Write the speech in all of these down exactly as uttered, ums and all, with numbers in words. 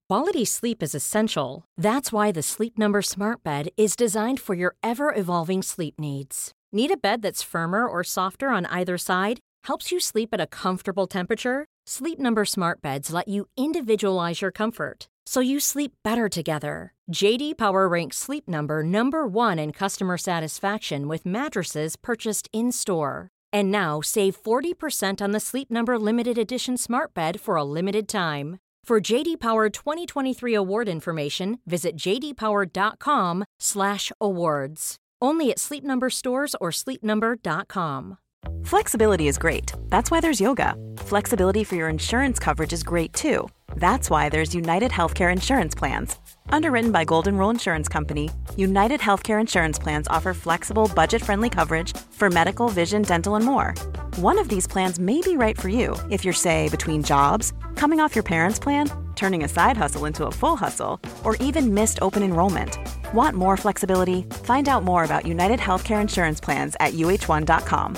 Quality sleep is essential. That's why the Sleep Number Smart Bed is designed for your ever-evolving sleep needs. Need a bed that's firmer or softer on either side? Helps you sleep at a comfortable temperature? Sleep Number Smart Beds let you individualize your comfort, so you sleep better together. J D Power ranks Sleep Number number one in customer satisfaction with mattresses purchased in-store. And now, save forty percent on the Sleep Number Limited Edition Smart Bed for a limited time. For J D Power twenty twenty-three award information, visit j d power dot com slash awards. Only at Sleep Number stores or sleep number dot com. Flexibility is great. That's why there's yoga. Flexibility for your insurance coverage is great too. That's why there's United Healthcare Insurance Plans. Underwritten by Golden Rule Insurance Company, United Healthcare Insurance Plans offer flexible, budget-friendly coverage for medical, vision, dental, and more. One of these plans may be right for you if you're, say, between jobs, coming off your parents' plan, turning a side hustle into a full hustle, or even missed open enrollment. Want more flexibility? Find out more about United Healthcare Insurance Plans at u h one dot com.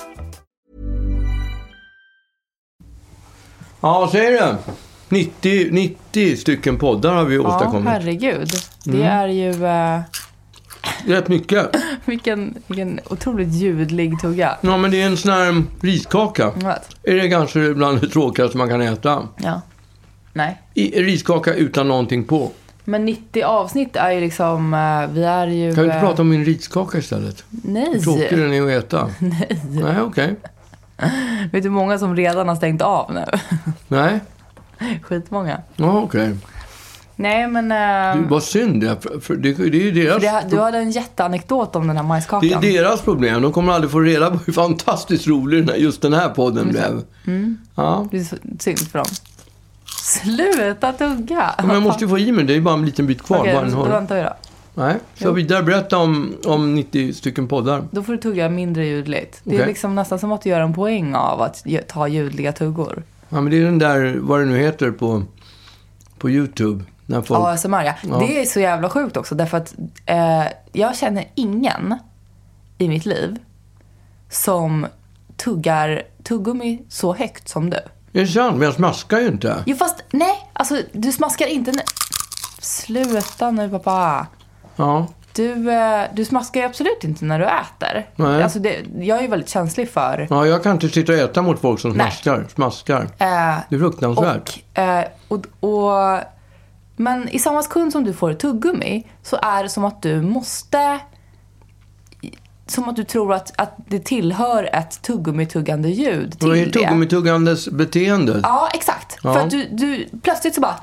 Ja, vad säger du? nittio, nittio stycken poddar har vi åstadkommit. Ja, herregud. Det är ju... Uh... Rätt mycket. vilken, vilken otroligt ljudlig tugga. Ja, men det är en sån här riskaka. What? Är det kanske bland det tråkigaste man kan äta? Ja. Nej. I, riskaka utan någonting på. Men nittio avsnitt är ju liksom... Uh, vi är ju... Kan vi inte uh... prata om min riskaka istället? Nej. Hur tråkig den är att äta. Nej. Nej, okej. Okay. Vet du hur många som redan har stängt av nu? Nej. Skitmånga. Ja, okej. Okay. Nej, men... Uh, det var synd. För, för det, det är ju deras... Det, du hade en jätteanekdot om den här majskakan. Det är deras problem. De kommer aldrig få reda på hur fantastiskt rolig just den här podden mm. blev. Mm. Ja. Det är så synd för dem. Sluta tugga! Men jag måste ju få i mig. Det är bara en liten bit kvar. Okej, okay, då väntar vi då. Nej, så jo. vidare berätta om, om nittio stycken poddar. Då får du tugga mindre ljudligt. Det okay. är liksom nästan som att du gör en poäng av att ta ljudliga tuggor. Ja, men det är den där, vad det nu heter på, på YouTube. När folk... Ja, A S M R, ja. ja. Det är så jävla sjukt också. Därför att eh, jag känner ingen i mitt liv som tuggar tuggummi så högt som du. Det är sant, men jag smaskar ju inte. Jo, fast nej, alltså du smaskar inte. Sluta nu, pappa. Ja. Du, du smaskar ju absolut inte när du äter. Nej. Alltså det, jag är ju väldigt känslig för... Ja, jag kan inte sitta och äta mot folk som smaskar. smaskar. Äh, det är fruktansvärt. Och, äh, och, och, men i samma sekund som du får ett tuggummi så är det som att du måste... Som att du tror att, att det tillhör ett tuggummi-tuggande ljud till det. det. Är tuggummi-tuggandes beteende. Ja, exakt. Ja. För att du, du plötsligt så bara...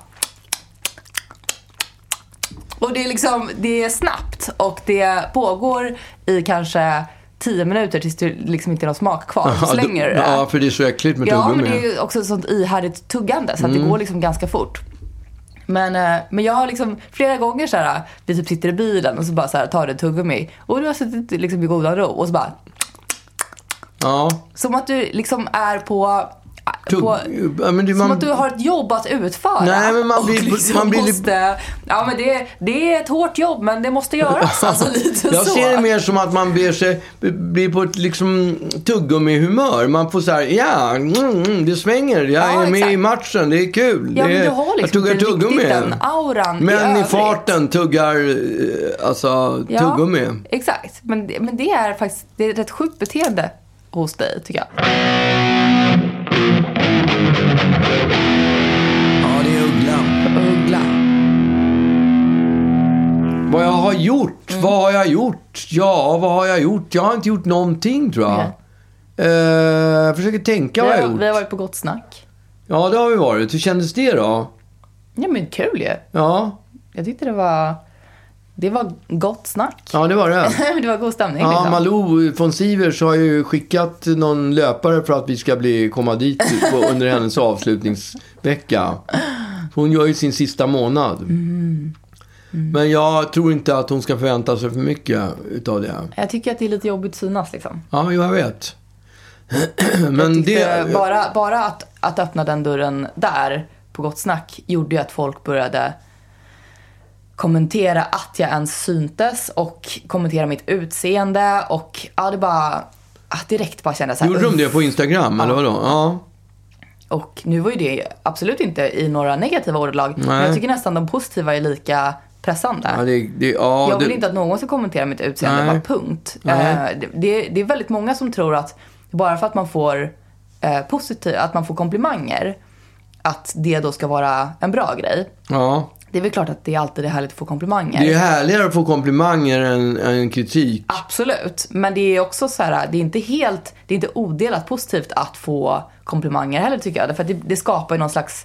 Och det är liksom, det är snabbt och det pågår i kanske tio minuter tills det liksom inte är någon smak kvar. Ja, slänger du, ja, för det är så äckligt med tuggummi. Ja, men det är ju också ett sånt ihärdigt tuggande så att mm. det går liksom ganska fort. Men, men jag har liksom flera gånger så här, vi typ sitter i bilen och så bara så här, tar det tuggummi. Och du har suttit liksom i godan ro och så bara... Ja. Som att du liksom är på... Tugg, på, ja, men det, som man, att du har ett jobb att utföra. Nej, men man blir, liksom man blir måste, ja, men det, det är ett hårt jobb, men det måste göras. Alltså, lite jag så. ser det mer som att man blir, sig, blir på ett liksom tuggummi-humör. Man får så här, ja, mm, det svänger. Jag ja, är med exakt. i matchen, det är kul. Ja, det men är, du har liksom jag tuggar inte tuggummi. den auran men i, i farten tuggar alltså, ja, tuggummi. Exakt, men, men det är faktiskt det är ett rätt sjukt beteende hos dig, tycker jag. Ja, det är Uggla. Uggla. Vad jag har gjort? Mm. Vad har jag gjort? Ja, vad har jag gjort? Jag har inte gjort någonting, tror jag. Mm. Uh, jag försöker tänka vad jag har gjort. Vi har varit på Gott Snack. Ja, det har vi varit. Hur kändes det då? Ja, men kul ju. Ja. Jag tyckte det var... Det var gott snack. Ja, det var det. Det var god stämning. Ja, liksom. Malou von Sivers har ju skickat någon löpare för att vi ska bli komma dit på, under hennes avslutningsvecka. Hon gör ju sin sista månad. Mm. Mm. Men jag tror inte att hon ska förvänta sig för mycket utav det. Jag tycker att det är lite jobbigt synas liksom. Ja, jag vet. Men jag det... Bara, bara att, att öppna den dörren där på Gott Snack gjorde ju att folk började kommentera att jag ens syntes och kommentera mitt utseende och ja, det bara att direkt bara kändes så här. Gjorde de det på Instagram, ja. eller vadå? Ja. Och nu var ju det absolut inte i några negativa ordalag. Nej. Men jag tycker nästan de positiva är lika pressande. Ja, det, det, ja, jag vill det... inte att någon ska kommentera mitt utseende, bara punkt. Eh, det, det är väldigt många som tror att bara för att man får eh, positiv, att man får komplimanger, att det då ska vara en bra grej. Ja. Det är väl klart att det är alltid härligt att få komplimanger. Det är härligare att få komplimanger än, än kritik. Absolut, men det är också så här, det är inte helt, det är inte odelat positivt att få komplimanger heller, tycker jag. För att det, det skapar ju någon slags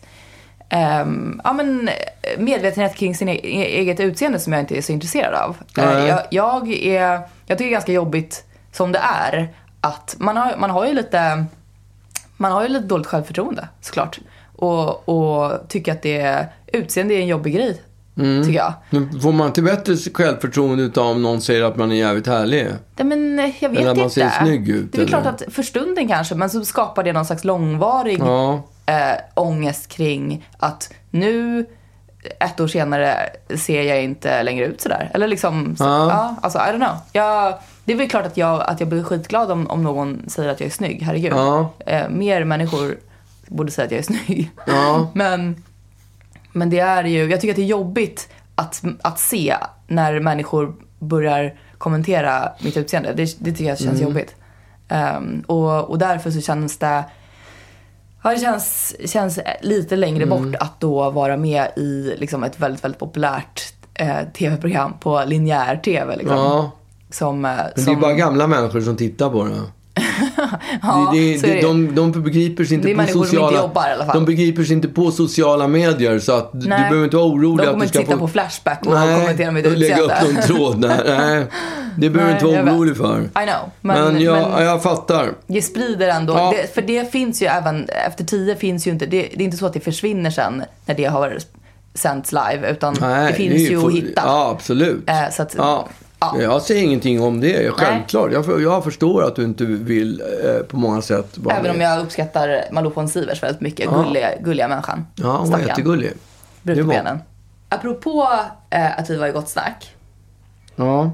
um, ja, men, medvetenhet kring sin e- eget utseende som jag inte är så intresserad av. Uh, jag, jag, är, jag tycker det är ganska jobbigt som det är att man har, man har ju lite man har ju lite dåligt självförtroende, såklart. Och, och tycker att det utseende är en jobbig grej, mm. tycker jag. Men får man inte bättre självförtroende om någon säger att man är jävligt härlig? Ja, men jag vet eller att man inte. ser snygg ut, det är väl eller? klart att för stunden kanske, men så skapar det någon slags långvarig ja. äh, ångest kring att nu, ett år senare, ser jag inte längre ut sådär. Eller liksom, så, ja. Ja, alltså I don't know. Jag, det är väl klart att jag, att jag blir skitglad om, om någon säger att jag är snygg, herregud. Ja. Äh, mer människor borde säga att jag är snygg. Ja. men, men det är ju, jag tycker att det är jobbigt att, att se när människor börjar kommentera mitt utseende. Det, det tycker jag känns mm. jobbigt. Um, och, och därför så känns det, ja, det känns, känns lite längre mm. bort att då vara med i liksom ett väldigt, väldigt populärt eh, tv-program på linjär tv. Liksom, ja. som, Men som... det är bara gamla människor som tittar på det. ja, det, det, det, de, de begriper sig inte på sociala jobbar, i alla fall. De begriper sig inte på sociala medier, så att nej, du behöver inte vara orolig att du ska få... De kommer inte titta på Flashback och nej, kommentera mitt utseende. utseende. Lägga upp någon tråd. Nej, nej. Det behöver nej, inte vara orolig för. I know. Men, men, jag, men jag fattar. Det sprider ändå. Ja. Det, för det finns ju även, efter tio finns ju inte, det, det är inte så att det försvinner sen när det har sänds live, utan nej, det finns det ju för, att hitta. Ja, absolut. Äh, så att, ja. Ja. Jag säger ingenting om det, självklart. Jag, jag förstår att du inte vill eh, på många sätt vara även med. Om jag uppskattar Malou von Sivers väldigt mycket. Ja. Gulliga, gulliga människan. Ja, hon var jättegullig. Brut på benen. Apropå eh, att vi var i Gott Snack. Ja.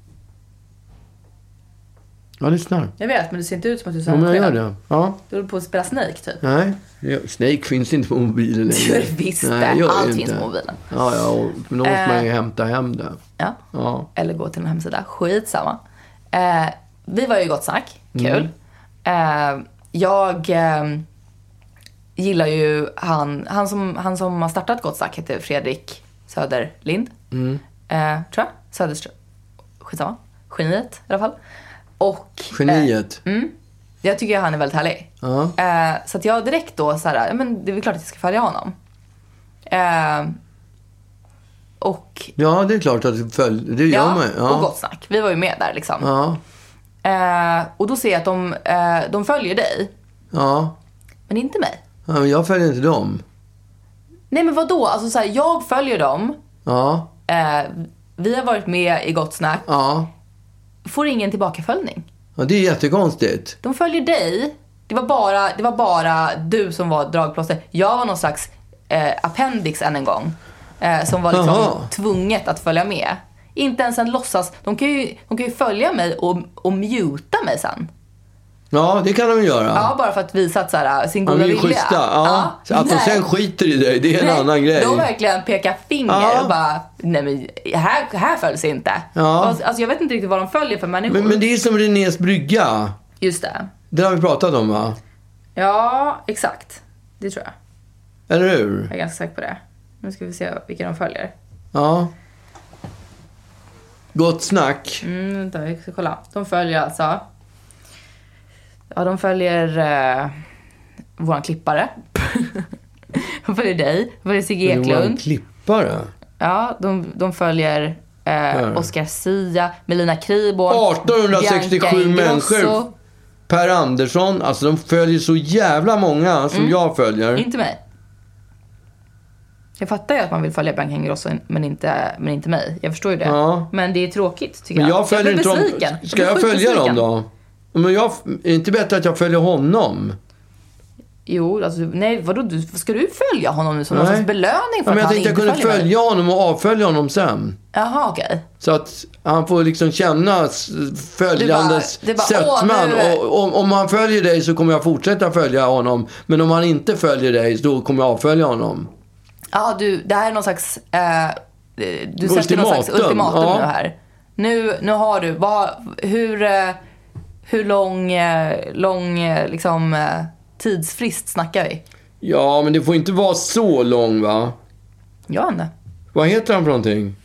Jag lyssnar. Jag vet, men du ser inte ut som att du sa ja, men jag gör det. Ja. Du håller på att spela Snake, typ. Nej, Snake finns inte på mobilen längre. Du visste. Nej, allt finns på mobilen. Ja, ja, och då måste man ju hämta hem det. Ja. ja, eller gå till en hemsida. Skitsamma. Eh, vi var ju i Gott Snack. Kul. Mm. Eh, jag eh, gillar ju han, han, som, han som har startat Gott Snack heter Fredrik Söderlind. Mm. Eh, tror jag. Söderström. Skitsamma. Geniet i alla fall. Och, Geniet. Eh, mm, jag tycker han är väldigt härlig. Uh-huh. Eh, så att jag direkt då så här, men det är väl klart att jag ska följa honom. Eh, och ja, det är klart att du följer. Det gör ja, man. Ja, och Gott Snack. Vi var ju med där liksom. Ja. Eh, och då ser jag att de, eh, de följer dig. Ja. Men inte mig. Ja, men jag följer inte dem. Nej, men vadå? Alltså så här, jag följer dem. Ja. Eh, vi har varit med i Gott Snack. Ja. Får ingen tillbakaföljning. Ja, det är jättekonstigt. De följer dig. Det var bara, det var bara du som var dragplåster. Jag var någon slags eh, appendix än en gång. Eh, som var liksom Aha. tvunget att följa med. Inte ens en låtsas. De kan ju, de kan ju följa mig och, och muta mig sen. Ja, det kan de göra. Ja, bara för att visa att, så här, sin goda vilja. Schyssta. Ja. Ja. Att de sen skiter i dig, det är en nej, annan grej. De verkligen pekar finger ja. och bara, nej men här, här följs inte. Ja. Alltså jag vet inte riktigt vad de följer för människor. Men, men det är som Renés brygga. Just det. Det har vi pratat om, va? Ja, exakt. Det tror jag. Eller hur? Jag är ganska säker på det. Nu ska vi se vilka de följer. Ja. Gott Snack. Mm, vänta, vi ska kolla. De följer alltså... Ja, de följer eh, våran klippare. De följer dig. De följer Sigge Eklund. Våran klippare? Ja, de, de följer eh, Oscar Sia, Melina Kriborn, artonhundrasextiosju människor Per Andersson. Alltså de följer så jävla många som mm. jag följer. Inte mig. Jag fattar ju att man vill följa Bianca Ingrosso, men inte, men inte mig. Jag förstår ju det. Ja. Men det är tråkigt, tycker men jag. jag följer jag inte om... Ska jag, jag följa besviken. dem då? Men jag, är det inte bättre att jag följer honom? Jo, alltså, nej, vadå, du, ska du följa honom nu som någon Nej. sorts belöning för Ja, men att jag han tänkte inte jag kunde följer följa mig? honom och avfölja honom sen. Jaha, okej. Okay. Så att han får liksom känna s- följandes Det bara- det bara, åh, sötman. nu- Och om, om han följer dig så kommer jag fortsätta följa honom. Men om han inte följer dig så kommer jag avfölja honom. Ja, du, det här är någon slags... Eh, du sätter någon slags ultimatum ja. nu här. Nu, nu har du... Vad, hur, eh, hur lång, eh, lång eh, liksom, eh, tidsfrist snackar vi? Ja, men det får inte vara så lång, va? Ja, inte. Vad heter han för någonting?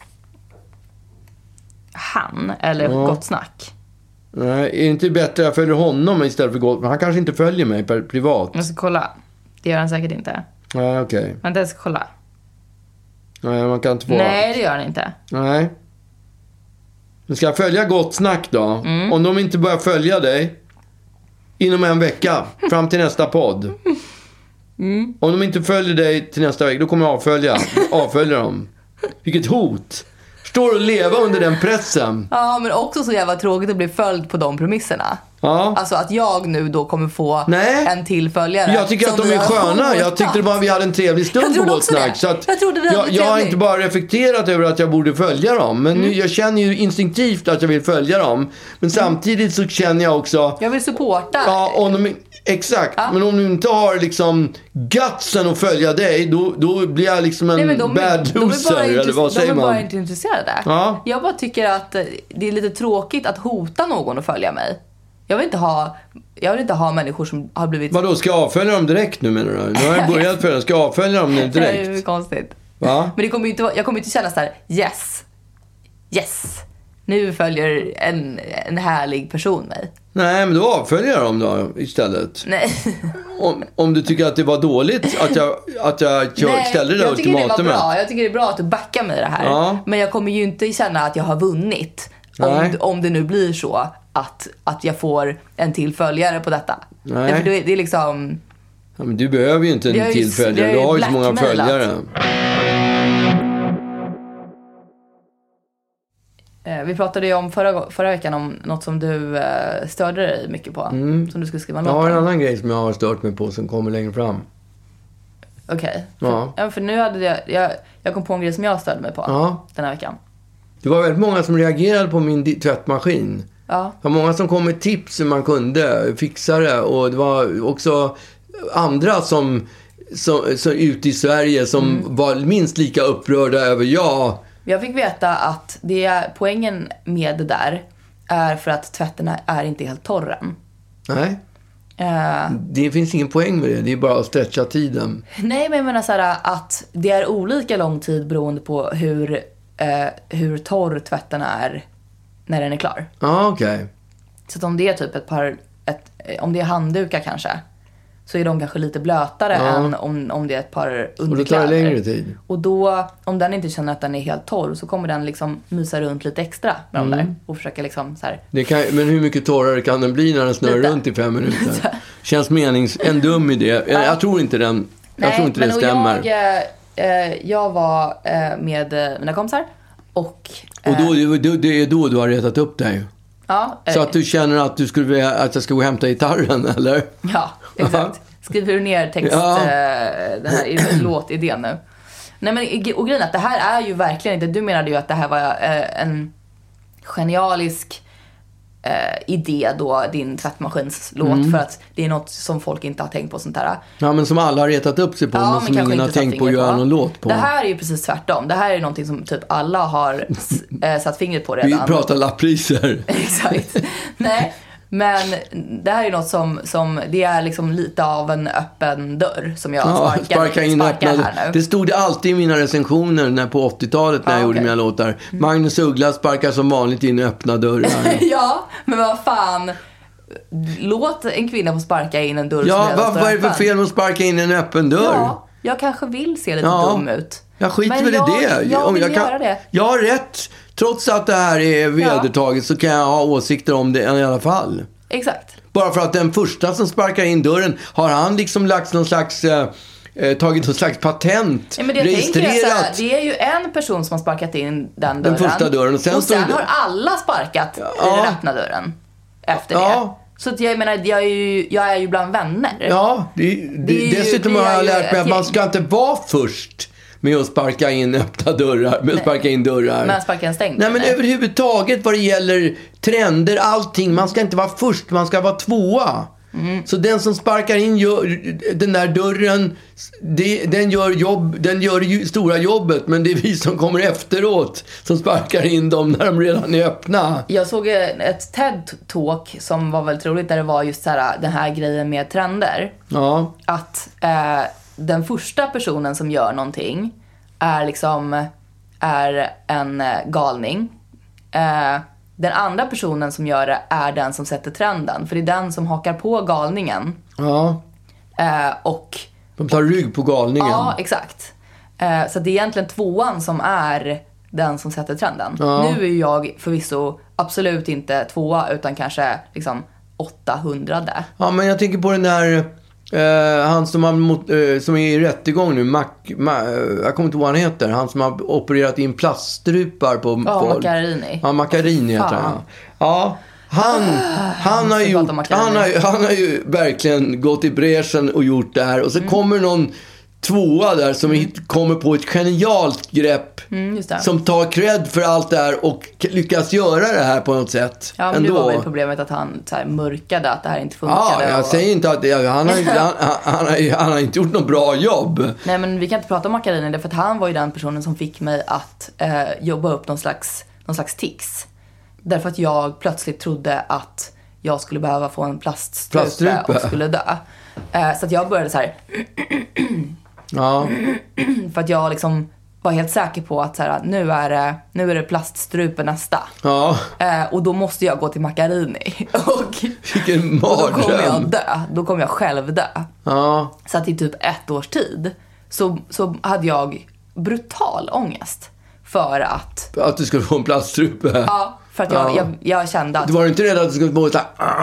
Han, eller Ja. Gott snack. Nej, är det inte bättre att jag följer honom istället för gott? Men han kanske inte följer mig per privat. Jag ska kolla. Det gör han säkert inte. Nej, okej. Okay. Vänta, jag ska kolla. Nej, man kan inte få... Nej, det gör han inte. Nej. Men ska jag följa Gott snack då? Mm. Om de inte börjar följa dig inom en vecka, fram till nästa podd. Mm. Om de inte följer dig till nästa vecka, då kommer jag avfölja, avfölja dem. Vilket hot. Står och leva under den pressen. Ja, men också så jävla tråkigt att bli följd på de premisserna. Ja. Alltså att jag nu då kommer få Nej. en tillföljare. Jag tycker att de är sköna. Jag tyckte bara vi hade en trevlig stund på Gott snack. Så att jag trodde det jag, var jag har trevligt. inte bara reflekterat över att jag borde följa dem. Men Mm. nu, jag känner ju instinktivt att jag vill följa dem. Men samtidigt så känner jag också... Jag vill supporta. Ja, om de, exakt. Ja. Men om du inte har liksom gutsen att följa dig, då, då blir jag liksom en Nej, men de, bad de loser. är bara Eller vad säger de är man? bara inte intresserade. Ja. Jag bara tycker att eh, det är lite tråkigt att hota någon att följa mig. Jag vill inte ha, jag vill inte ha människor som har blivit... Vadå, ska jag avfölja dem direkt nu, menar du? Nu har jag börjat följa dem. Ska jag avfölja dem nu Det är ju direkt? konstigt. Va? Men det kommer ju inte, vara- jag kommer inte känna så här: yes, yes, nu följer en, en härlig person mig. Nej, men då avföljer jag dem då istället. Nej. Om, om du tycker att det var dåligt att jag, att jag kör, Nej, ställde det där jag tycker det var ultimatumet. bra. Jag tycker det är bra att du backar mig i det här. Ja. Men jag kommer ju inte känna att jag har vunnit. Om, Nej. om det nu blir så att, att jag får en till följare på detta. Nej. För det, det är liksom... Ja, men du behöver ju inte Vi har en ju- till följare. vi har ju Du har ju så många blackmailat. följare. Eh, vi pratade ju om förra, förra veckan om något som du eh, störde dig mycket på. Som du skulle skriva en Jag låt har en om. annan grej som jag har stört mig på som kommer längre fram. Okej. Ja. För, ja, för nu hade jag, jag... Jag kom på en grej som jag störde mig på Ja. den här veckan. Det var väldigt många som reagerade på min di- tvättmaskin. Ja. Det var många som kom med tips hur man kunde fixa det. Och det var också andra som, som, som ute i Sverige som Mm. var minst lika upprörda över ja. Jag fick veta att det är, poängen med det där är för att tvätterna är inte helt torra än. Nej, Eh, det finns ingen poäng med det. Det är bara att stretcha tiden. nej, men jag menar så här att det är olika lång tid beroende på hur, eh, hur torr tvätten är när den är klar. Ja, okej. Så att om det är typ ett par, ett, eh, om det är handdukar kanske, så är de kanske lite blötare Ja. än om, om det är ett par underkläder. Och då tar det längre tid. Och då, om den inte känner att den är helt torr, så kommer den liksom mysa runt lite extra med Mm. dem där. Och försöka liksom så här. Det kan, men hur mycket torrare kan den bli när den snurrar Lite. runt i fem minuter? Känns menings... En dum idé. Jag, jag tror inte den... Jag tror inte det men och stämmer. Jag, eh, jag var eh, med eh, mina kompisar och... Och då, det, det är då du har retat upp dig. Ja, eh, Så att du känner att du skulle vilja, att jag ska gå och hämta gitarren, eller? ja, exakt. Skriver du ner text, Ja. eh, den här låtidén nu? Nej, men och grejen är att det här är ju verkligen inte... Du menade ju att det här var eh, en genialisk eh, idé då, din tvättmaskinslåt, Mm. för att det är något som folk inte har tänkt på sånt här. Ja, men som alla har retat upp sig på, Ja, men som kanske ingen har inte satt tänkt på att fingret göra någon låt på. Det här är ju precis tvärtom. Det här är någonting som typ alla har s- eh, satt fingret på Vi redan. pratar lappriser. Exakt. Nej, men det här är något som, som det är liksom lite av en öppen dörr som jag Ja, sparkar, sparka in sparkar öppna. här nu. Det stod det alltid i mina recensioner när på åttiotalet när Ja, jag gjorde okej. mina låtar. Magnus Uggla sparkar som vanligt in öppna dörrar. Ja, men vad fan. Låt en kvinna få sparka in en dörr som Ja, redan vad, står vad är det för öppen. fel med att sparka in en öppen dörr? Ja, jag kanske vill se lite Ja. dum ut. Jag skiter Men väl jag, i det. Jag Om vill jag, göra det. jag har rätt. Trots att det här är vedertaget så kan jag ha åsikter om det i alla fall. Exakt. Bara för att den första som sparkar in dörren, har han liksom lagt någon slags, eh, eh, tagit någon slags patent, Ja, men det, jag tänker jag så här, registrerat. det är ju en person som har sparkat in den dörren. Den första dörren. Och sen och sen stod det- har alla sparkat i Ja. den öppna dörren efter Ja. det. Så att jag menar, jag är ju, jag är ju bland vänner. Ja, det, det, det är dessutom ju, har jag lärt mig att jag, man ska inte vara först med att sparka in öppna dörrar, med att sparka in dörrar. Men sparka en stängd. Nej, men nej. Överhuvudtaget vad det gäller trender, allting. Man ska inte vara först, man ska vara tvåa. Mm. Så den som sparkar in gör, den där dörren, det, den gör jobb, den gör ju stora jobbet, men det är vi som kommer efteråt som sparkar in dem när de redan är öppna. Jag såg ett TED-talk som var väldigt roligt, där det var just så här, den här grejen med trender. Ja. Att eh, den första personen som gör någonting är liksom är en galning. Eh, Den andra personen som gör det är den som sätter trenden. För det är den som hakar på galningen. Ja. Eh, och... De tar rygg på galningen. Ja, exakt. Eh, så det är egentligen tvåan som är den som sätter trenden. Ja. Nu är jag förvisso absolut inte tvåa, utan kanske liksom åttahundrade. Ja, men jag tänker på den där... Uh, han som, har mot, uh, som är i rättegång nu, Mac, Ma, uh, jag kommer inte ihåg vad han heter. Han som har opererat in plaststrupar på... Ja, på, Macchiarini. Ja, Macchiarini heter han. Ja, han, han, har gjort, han, har, han har ju verkligen gått i bräschen och gjort det här. Och så mm. kommer någon tvåa där som mm. kommer på ett genialt grepp. Mm, just det. Som tar cred för allt det här och lyckas göra det här på något sätt. Ja, men ändå. det var väl problemet att han så här mörkade att det här inte funkade. Ja, jag och... säger inte att det, han, har, han, han, han, har, han har inte gjort något bra jobb. Nej, men vi kan inte prata om Macchiarini, för att han var ju den personen som fick mig att eh, jobba upp någon slags, någon slags tics. Därför att jag plötsligt trodde att jag skulle behöva få en plaststrupe, plaststrupe. och skulle dö. Eh, så att jag började så här... Ja. För att jag liksom var helt säker på att så här, nu är det, nu är det plaststrupe nästa. Ja. Eh, och då måste jag gå till Macchiarini. Och, Vilken mardröm. och då kommer jag dö. Då kommer jag själv dö. Ja. Så att i typ ett års tid så, så hade jag brutal ångest för att... Att du skulle få en plaststrupe. Ja, för att jag, ja. jag, jag kände att... Du var inte rädd att du skulle få ett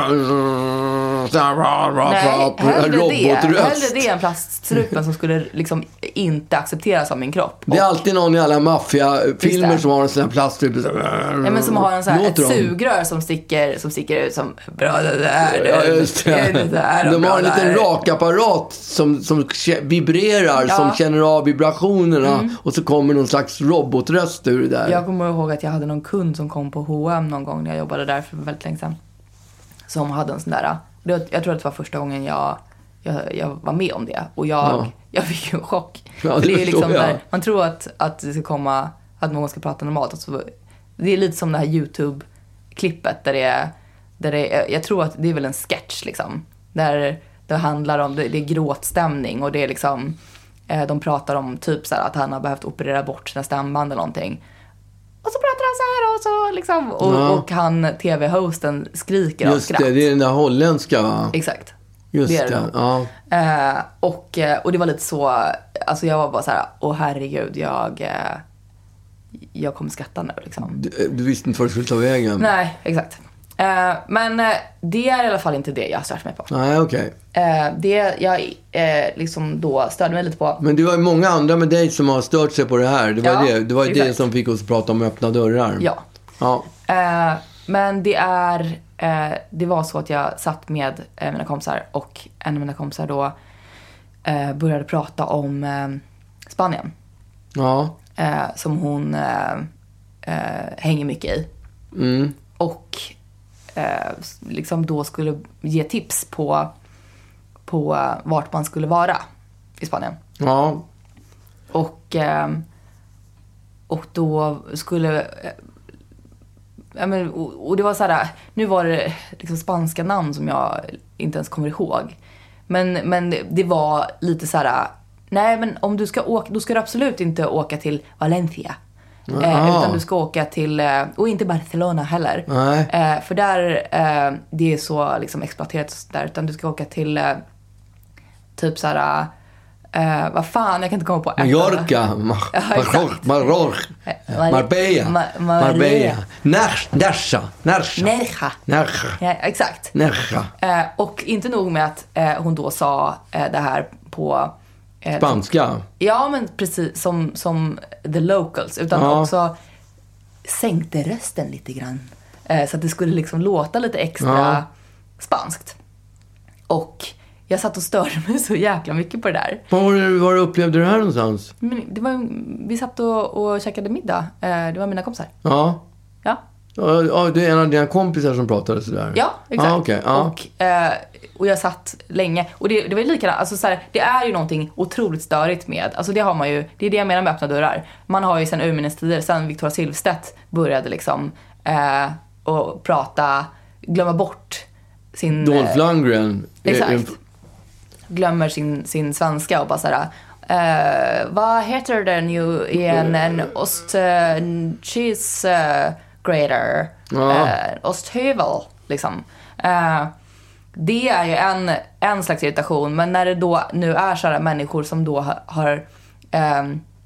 Nej, hellre det. Hellre det än plaststrupen som skulle liksom inte accepteras av min kropp. Det är alltid någon i alla maffiafilmer som har en sån här plaststrupe. Ja, men som har en sån här, ett de? sugrör som sticker, som sticker ut som bra det där. Det, ja, just det. det där de har en liten rakapparat som, som vibrerar, ja. Som känner av vibrationerna. Mm. Och så kommer någon slags robotröst ur det där. Jag kommer ihåg att jag hade någon kund som kom på H och M någon gång när jag jobbade där för väldigt länge sedan. Som hade en sån där... Jag tror att det var första gången jag, jag, jag var med om det. Och jag, ja. jag fick ju en chock. Ja, det det är liksom jag. där, man tror att, att det ska komma... Att någon ska prata normalt. Alltså, det är lite som det här YouTube-klippet. Där det är... Där det är, jag tror att det är väl en sketch liksom. Där det handlar om... Det, det är gråtstämning. Och det är liksom... De pratar om typ så här att han har behövt operera bort sina stämband eller någonting. Och så pratar han så här och så liksom. Och, ja. och han, tv-hosten, skriker av skratt. Just det, det är den där holländska, va? Exakt. Just det, det ja. Eh, och, och det var lite så, alltså jag var bara så här, åh herregud, jag, eh, jag kommer skratta nu liksom. Du, du visste inte vad du skulle ta vägen. Nej, exakt. Eh, men eh, det är i alla fall inte det jag stört mig på. Nej, okej. Okay. Eh, det jag eh, liksom då störde mig lite på. Men det var ju många andra med dig som har stört sig på det här. Det var ja, det, det, var det som fick oss att prata om öppna dörrar. Ja. Ja. Eh, men det är eh, det var så att jag satt med eh, mina kompisar och en av mina kompisar då eh, började prata om eh, Spanien. Ja. Eh, som hon eh, eh, hänger mycket i. Mm. Och eh, liksom då skulle ge tips på på eh, vart man skulle vara i Spanien. Ja. Och eh, och då skulle eh, ja, men, och, och det var så här, nu var det liksom spanska namn som jag inte ens kommer ihåg. Men men det, det var lite så här, nej men om du ska åka, då ska du absolut inte åka till Valencia. Eh, utan du ska åka till, eh, och inte Barcelona heller. Eh, för där, eh, det är så liksom exploaterat där. Utan du ska åka till eh, typ såhär, eh, vad fan, jag kan inte komma på. Mallorca, Mallorca, Marbella, Marbella, Nerja, Nerja, Nerja, ja, exakt. Nerja. Eh, och inte nog med att eh, hon då sa eh, det här på spanska. Ja, men precis som, som the locals. Utan ja. också sänkte rösten lite grann. Eh, så att det skulle liksom låta lite extra spanskt. Och jag satt och störde mig så jäkla mycket på det där. Var, var upplevde du det här någonstans? Men det var, vi satt och, och käkade middag. Det var mina kompisar. Ja. Ja. Ja, det är en av dina kompisar som pratade sådär. Ja, exakt. Ah, okay. ah. Och, eh, och jag satt länge. Och det, det var likadant. Alltså, så här, det är ju någonting otroligt störigt med. Alltså, det har man ju. Det är det jag menar med öppna dörrar. Man har ju sedan urminnes tider, sedan Victoria Silvstedt började liksom eh, och prata, glömma bort sin... Dolph Lundgren. Exakt. Glömmer sin, sin svenska och bara såhär... Eh, vad heter den ju igen? En ost... Uh, cheese... Uh, grater, ja. eh, osthyvel liksom. Eh, det är ju en, en slags irritation, men när det då nu är sådana människor som då har, har eh,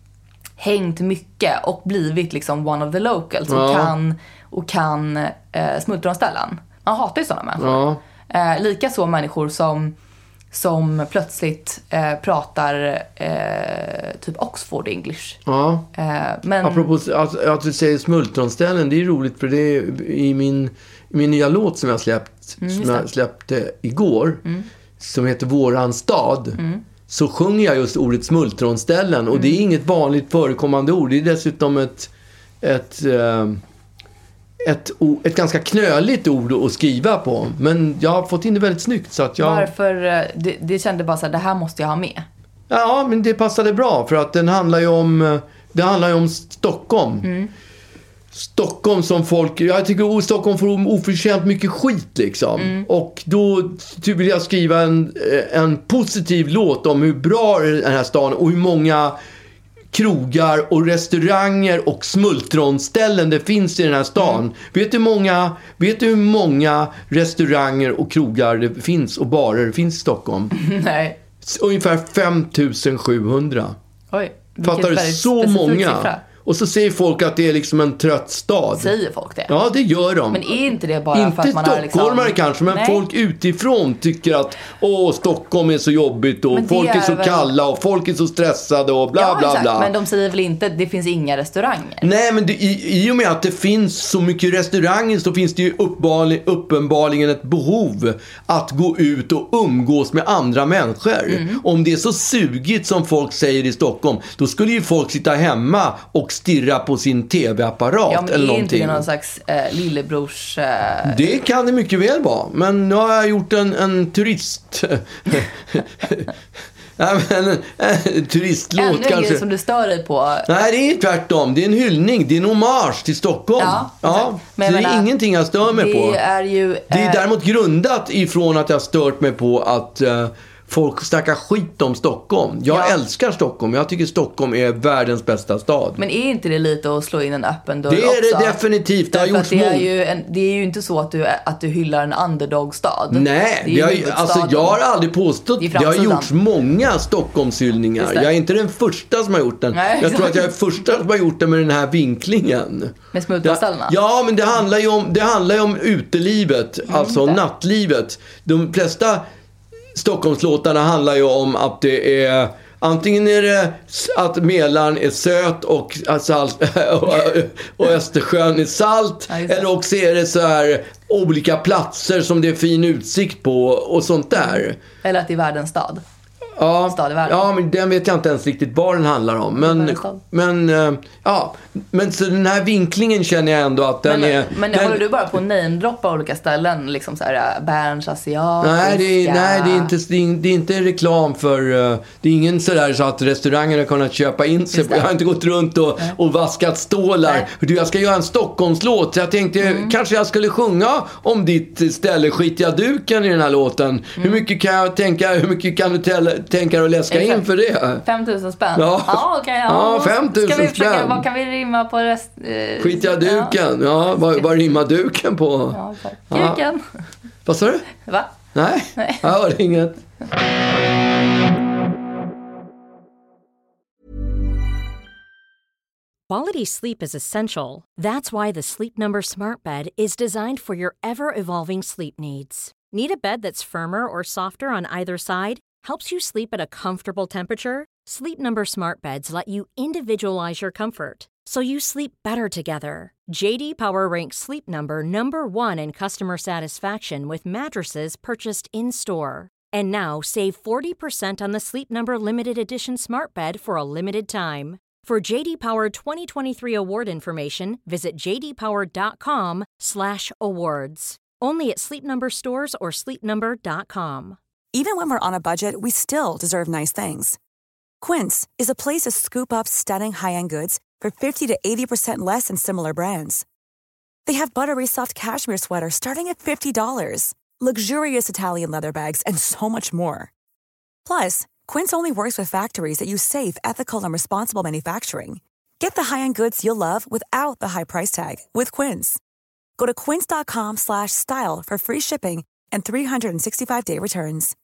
hängt mycket och blivit liksom one of the locals ja. och kan, och kan eh, smultronställen. Man hatar ju sådana människor. Ja. Eh, lika så människor som som plötsligt eh, pratar eh, typ Oxford English. Ja. Eh, men... Apropå att, att du säger smultronställen, det är roligt för det är i min, i min nya låt som jag släppt, mm, som jag släppte igår, mm. som heter Våran stad, mm. så sjunger jag just ordet smultronställen och mm. det är inget vanligt förekommande ord. Det är dessutom ett ett eh, Ett, ett ganska knöligt ord att skriva på. Men jag har fått in det väldigt snyggt så att jag... Varför? Det, det kände bara så här, det här måste jag ha med. Ja, men det passade bra. För att den handlar ju om... Det handlar ju om Stockholm. Mm. Stockholm som folk... Jag tycker att Stockholm får oförtjänt mycket skit liksom. Mm. Och då vill jag skriva en, en positiv låt om hur bra den här stan och hur många... krogar och restauranger och smultronställen det finns i den här stan. Mm. Vet du många, vet du hur många restauranger och krogar det finns och barer det finns i Stockholm? Nej. Ungefär fem tusen sjuhundra. Oj. Fattar du? Så många. Siffra. Och så säger folk att det är liksom en trött stad. Säger folk det? Ja, det gör de. Men är inte det bara inte för att man är liksom... stockholmare kanske, men Nej. folk utifrån tycker att åh, Stockholm är så jobbigt och folk är, är så väl... kalla och folk är så stressade och bla ja, bla exakt. bla. Men de säger väl inte det finns inga restauranger? Nej, men det, i, i och med att det finns så mycket restauranger så finns det ju uppenbarligen, uppenbarligen ett behov att gå ut och umgås med andra människor. Mm. Om det är så sugigt som folk säger i Stockholm, då skulle ju folk sitta hemma och stirra på sin tv-apparat ja, men eller någonting. Är inte det någon slags eh, lillebrors... Eh... Det kan det mycket väl vara. Men nu har jag gjort en, en turist... ja, men, en, en turistlåt Ännu kanske. Ännu som du stör dig på. Nej, det är tvärtom. Det är en hyllning. Det är en hommage till Stockholm. Ja, ja. Men det är menar, ingenting jag stör mig det på. Är ju, det är eh... däremot grundat ifrån att jag stört mig på att... Eh, folk snackar skit om Stockholm. Jag ja. älskar Stockholm. Jag tycker Stockholm är världens bästa stad. Men är inte det lite att slå in en öppen dörr också? Det är också? det definitivt. Det, har gjorts det, är ju en, det är ju inte så att du, att du hyllar en underdog-stad. Nej, det har, alltså, jag har aldrig påstått. Det har gjorts många Stockholmshyllningar. Jag är inte den första som har gjort den. Nej, jag tror att jag är första som har gjort den med den här vinklingen. Med smultronställena? Ja, men det handlar ju om, det handlar ju om utelivet. Mm, alltså det. nattlivet. De flesta... Stockholmslåtarna handlar ju om att det är antingen är det att Mälaren är söt och, salt, och Östersjön är salt ja, eller också är det så här olika platser som det är fin utsikt på och sånt där. Eller att det är världens stad. Ja, stad i världen. Ja, men den vet jag inte ens riktigt vad den handlar om. Men, men ja, men så den här vinklingen känner jag ändå att den men, är... Men den, håller du bara på att namedroppa olika ställen? Liksom så här, Berns, asiatiska... Nej, det är, nej det, är inte, det, är, det är inte reklam för... Det är ingen sådär så att restaurangen har kunnat köpa in sig på. Jag har inte gått runt och, och vaskat stålar. Du, jag ska göra en Stockholmslåt. Så jag tänkte, mm. kanske jag skulle sjunga om ditt ställe, Skitiga duken i den här låten. Mm. Hur mycket kan jag tänka, hur mycket kan du tälla, tänka och läska Exakt. in för det? fem tusen spänn. Ja, ja okej. Okay, ja. ja, fem tusen Ska vi försöka, spänn. vad kan vi rimma på rest... Eh, Skitiga duken. Ja, ja vad, vad rimmar duken på? Ja, duken. Ja. Vad sa du? Va? Nej, Nej. jag hörde inget. Quality sleep is essential. That's why the Sleep Number Smart Bed is designed for your ever-evolving sleep needs. Need a bed that's firmer or softer on either side? Helps you sleep at a comfortable temperature? Sleep Number Smart Beds let you individualize your comfort so you sleep better together. J D Power ranks Sleep Number number one in customer satisfaction with mattresses purchased in-store. And now save forty percent on the Sleep Number Limited Edition Smart Bed for a limited time. For J D Power twenty twenty-three award information, visit j d power dot com slash awards. Only at Sleep Number stores or sleep number dot com. Even when we're on a budget, we still deserve nice things. Quince is a place to scoop up stunning high-end goods for fifty to eighty percent less than similar brands. They have buttery soft cashmere sweaters starting at fifty dollars, luxurious Italian leather bags, and so much more. Plus, Quince only works with factories that use safe, ethical, and responsible manufacturing. Get the high-end goods you'll love without the high price tag with Quince. Go to quince dot com slash style for free shipping and three sixty-five day returns.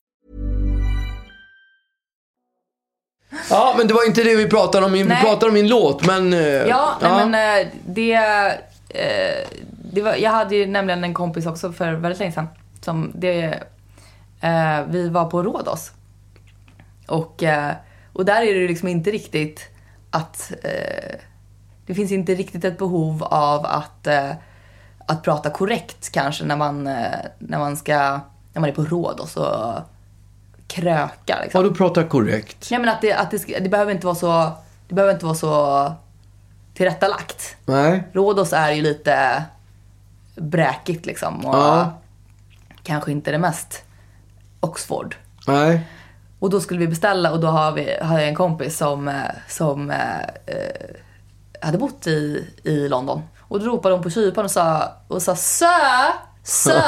Ja, men det var inte det vi pratade om. Vi nej. pratade om min låt, men... Eh, ja, ja. men eh, det... Eh, det var, jag hade ju nämligen en kompis också för väldigt länge sedan. Som det, eh, vi var på Rhodos. Och, eh, och där är det ju liksom inte riktigt att... Eh, det finns inte riktigt ett behov av att... Eh, att prata korrekt kanske när man, eh, när man ska... När man är på Rhodos och... kröka liksom. Ja, du pratar korrekt. Nej, men att det, att det, det behöver inte vara så det behöver inte vara så tillrättalagt. Nej. Rhodos är ju lite bräkigt liksom och ja. kanske inte det mest Oxford. Nej. Och då skulle vi beställa och då har vi har jag en kompis som som eh, hade bott i i London och då ropade hon på kyparen och sa och sa sir, sir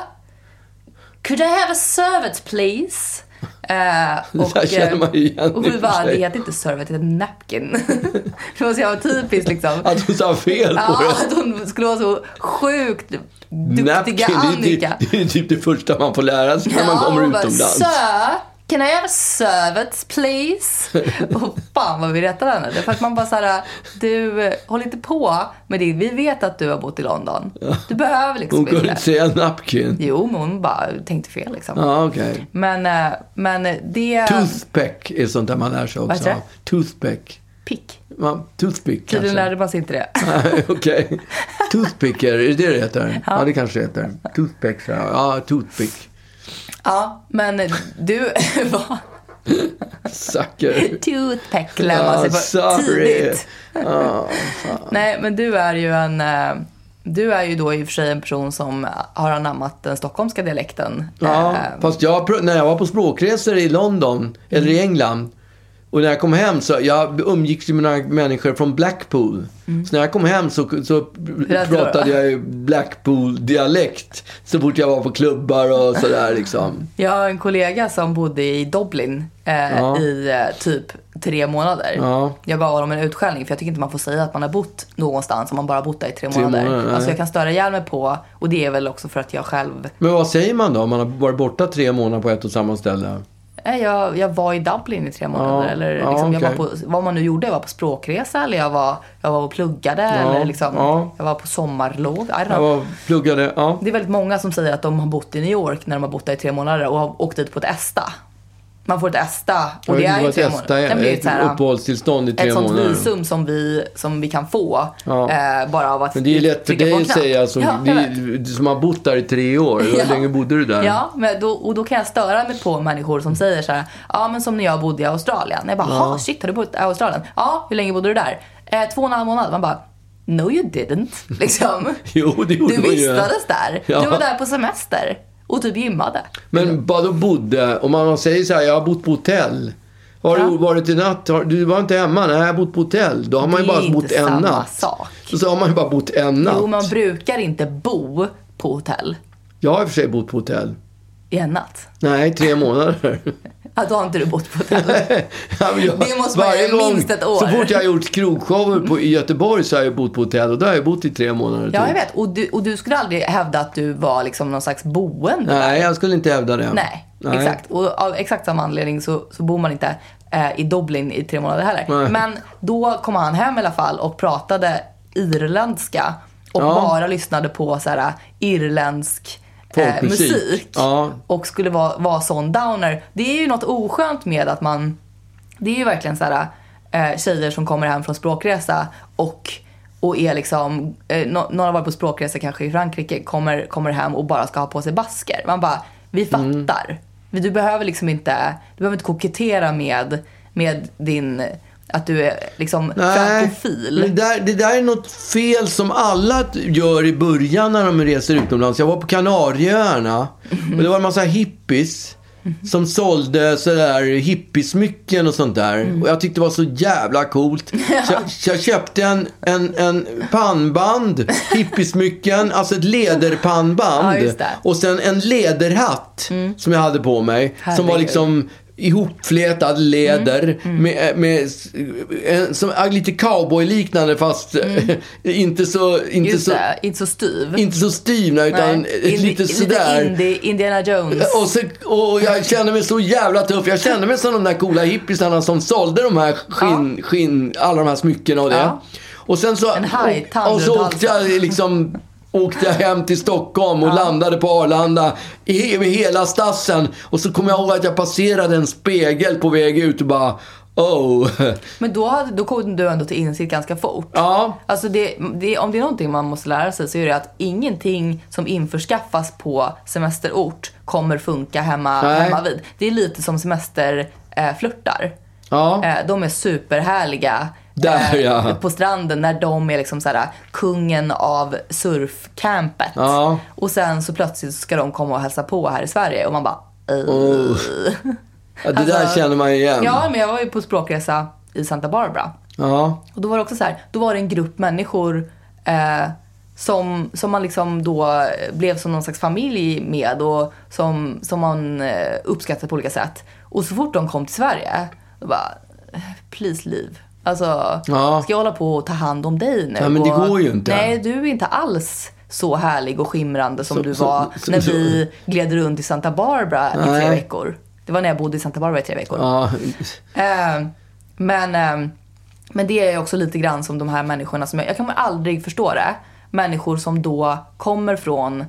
could I have a servet please? Uh, och, och vi bara, det heter inte servet, det heter napkin. Det var så jävla typiskt liksom. Att hon sa fel på ja, det. Att hon skulle vara så sjukt duktiga napkin, Annika. Det, det är typ det första man får lära sig när ja, man kommer utomlands. Sir, can I have a servet please? Och fan vad vi rättade henne. Det är för att man bara såhär, du håller inte på med det. Vi vet att du har bott i London. Du behöver liksom hon kunde inte säga napkin. Jo, men hon bara tänkte fel liksom. Ja, okej. Okay. Men, men det... Toothpick är sånt där man lär sig också. Toothpick. Pick. Ja, toothpick kanske. Tydligen lärde man sig inte det. Nej, okej. Okay. Toothpick, är det det heter? Ja, ja det kanske heter. Toothpick, ja, toothpick. Ja, men du var... Sucker. Toothpick lär man sig på sorry. tidigt. Oh, nej, men du är ju en... Du är ju då i och för sig en person som har anammat den stockholmska dialekten. Ja, fast jag, när jag var på språkresor i London, mm. eller i England, och när jag kom hem så jag umgicks med några människor från Blackpool. Mm. Så när jag kom hem så, så pratade jag ju Blackpool-dialekt så fort jag var på klubbar och sådär liksom. Jag har en kollega som bodde i Dublin eh, ja. i eh, typ tre månader. Ja. Jag gav honom en utskällning för jag tycker inte man får säga att man har bott någonstans om man bara har bott där i tre, tre månader. månader alltså jag kan störa ihjäl mig på, och det är väl också för att jag själv... Men vad säger man då om man har varit borta tre månader på ett och samma ställe? Jag, jag var i Dublin i tre månader. Ja, eller liksom, ja, okay. jag var på, vad man nu gjorde, jag var på språkresa eller jag var, jag var och pluggade. Ja, eller liksom, ja. Jag var på sommarlov. Jag var pluggade, ja. Det är väldigt många som säger att de har bott i New York när de har bott där i tre månader och har åkt dit på ett ESTA. Man får ett ESTA och det är ju tre månader. Det blir ett, ett uppehållstillstånd i tre månader. Ett sånt visum som vi, som vi kan få ja. eh, bara av att... Men det är lätt för dig att säga alltså, ja, det, som har bott där i tre år. Hur ja. länge bodde du där? Ja, men då, och då kan jag störa mig på människor som säger så här: ja men som när jag bodde i Australien. Jag bara, ja. shit, har du bott i Australien? Ja, hur länge bodde du där? Eh, två och en halv månad. Man bara, no you didn't. Liksom. Jo, det gjorde du man ju. Du vistades där. Ja. Du var där på semester. Och typ gymmade. Men bara då bodde, om man säger så här, jag har bott på hotell. Har ja. du varit i natt? Har, du var inte hemma? Nej, jag har bott på hotell. Då har man ju bara bott en natt. Sak. Så, så har man ju bara bott en natt. Jo, man brukar inte bo på hotell. Jag har i och för sig bott på hotell. I en natt? Nej, tre månader. Ja, då har inte du bott på hotell. Ja, jag, det måste man ju minst ett år. Så fort jag har gjort krogshower på, i Göteborg så har jag bott på hotell. Och då har jag bott i tre månader. Ja, jag vet. Och du, och du skulle aldrig hävda att du var liksom någon slags boende. Nej, där. Jag skulle inte hävda det. Nej, Nej. exakt. Och av exakt samma anledning så, så bor man inte eh, i Dublin i tre månader heller. Nej. Men då kom han hem i alla fall och pratade irländska. Och ja. bara lyssnade på så här irländsk... Eh, musik ja. och skulle vara, vara sån downer. Det är ju något oskönt med att man, det är ju verkligen så här eh, tjejer som kommer hem från språkresa och, och är liksom, eh, no, några var på språkresa kanske i Frankrike, kommer, kommer hem och bara ska ha på sig basker. Man bara, vi fattar. Mm. Du behöver liksom inte, du behöver inte kokettera med, med din, att du är liksom frankofil. Det där, det där är något fel som alla gör i början när de reser utomlands. Jag var på Kanarieöarna mm. och det var en massa hippies mm. som sålde sådär hippiesmycken och sånt där. Mm. Och jag tyckte det var så jävla coolt. Ja. Så, jag, så jag köpte en, en, en pannband, hippiesmycken, alltså ett lederpannband. Ja, och sen en lederhatt mm. som jag hade på mig. Herregud. Som var liksom ihopflätad leder mm, mm. med, med en, som, lite cowboy-liknande fast mm. inte så inte så, det, inte så styv inte så styv nej, utan Indi, lite sådär lite Indiana Jones och, så, och jag kände mig så jävla tuff. Jag kände mig som de där coola hippiesarna som sålde de här skinn, ja. skinn alla de här smyckena och det ja. och sen så en haj, och, och så åkte jag liksom åkte jag hem till Stockholm och ja. landade på Arlanda i, med hela stassen. Och så kom jag ihåg att jag passerade en spegel på väg ut och bara, oh. Men då, hade, då kom du ändå till insikt ganska fort. Ja. Alltså det, det, om det är någonting man måste lära sig så är det att ingenting som införskaffas på semesterort kommer funka hemma, hemma vid. Det är lite som semesterflörtar. Eh, ja. eh, de är superhärliga. Där, ja. På stranden när de är liksom såhär kungen av surfcampet ja. och sen så plötsligt ska de komma och hälsa på här i Sverige och man bara oh. ja, det alltså, där känner man igen. Ja, men jag var ju på språkresa i Santa Barbara ja. och då var det också så här, då var det en grupp människor eh, som, som man liksom då blev som någon slags familj med och som, som man eh, uppskattade på olika sätt. Och så fort de kom till Sverige då bara, please leave. Alltså, ja. ska jag hålla på och ta hand om dig nu? Ja, men det går ju inte. Nej, du är inte alls så härlig och skimrande som så, du var så, så, när så. vi gled runt i Santa Barbara Nej. i tre veckor. Det var när jag bodde i Santa Barbara i tre veckor. Ja. Eh, men, eh, men det är också lite grann som de här människorna som jag, jag kan aldrig förstå det. Människor som då kommer från